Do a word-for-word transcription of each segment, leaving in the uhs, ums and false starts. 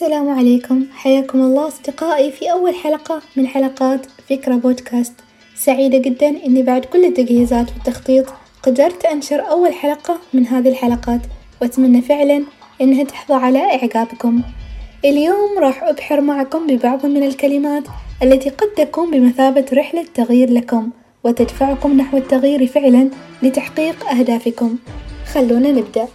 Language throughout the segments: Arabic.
السلام عليكم، حياكم الله أصدقائي في أول حلقة من حلقات فكرة بودكاست. سعيدة جدا أني بعد كل التجهيزات والتخطيط قدرت أنشر أول حلقة من هذه الحلقات، وأتمنى فعلا أنها تحظى على إعجابكم. اليوم راح أبحر معكم ببعض من الكلمات التي قد تكون بمثابة رحلة تغيير لكم وتدفعكم نحو التغيير فعلا لتحقيق أهدافكم. خلونا نبدأ.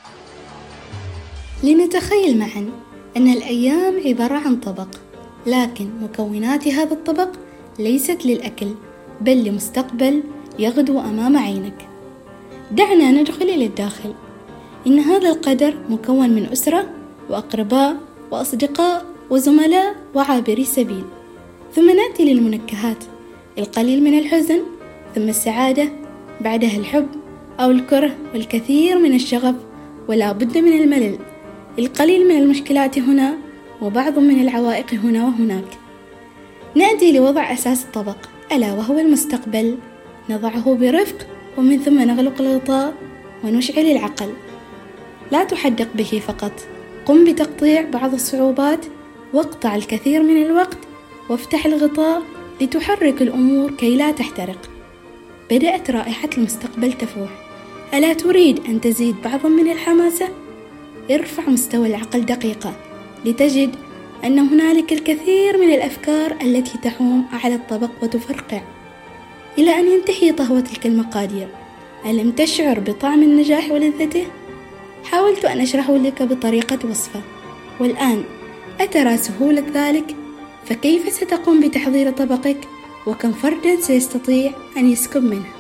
لنتخيل معا أن الأيام عبارة عن طبق، لكن مكونات هذا الطبق ليست للأكل بل لمستقبل يغدو أمام عينك. دعنا ندخل إلى الداخل. إن هذا القدر مكون من أسرة وأقرباء وأصدقاء وزملاء وعابري سبيل، ثم نأتي للمنكهات، القليل من الحزن، ثم السعادة، بعدها الحب أو الكره والكثير من الشغف ولا بد من الملل، القليل من المشكلات هنا وبعض من العوائق هنا وهناك. نأتي لوضع أساس الطبق ألا وهو المستقبل، نضعه برفق ومن ثم نغلق الغطاء ونشعل العقل. لا تحدق به فقط، قم بتقطيع بعض الصعوبات واقطع الكثير من الوقت وافتح الغطاء لتحرك الأمور كي لا تحترق. بدأت رائحة المستقبل تفوح، ألا تريد أن تزيد بعضا من الحماسة؟ ارفع مستوى العقل دقيقة لتجد أن هنالك الكثير من الأفكار التي تحوم على الطبق وتفرقع إلى أن ينتهي طهوة تلك المقادير. ألم تشعر بطعم النجاح ولذته؟ حاولت أن أشرحه لك بطريقة وصفة، والآن أترى سهولة ذلك؟ فكيف ستقوم بتحضير طبقك؟ وكم فرد سيستطيع أن يسكب منه؟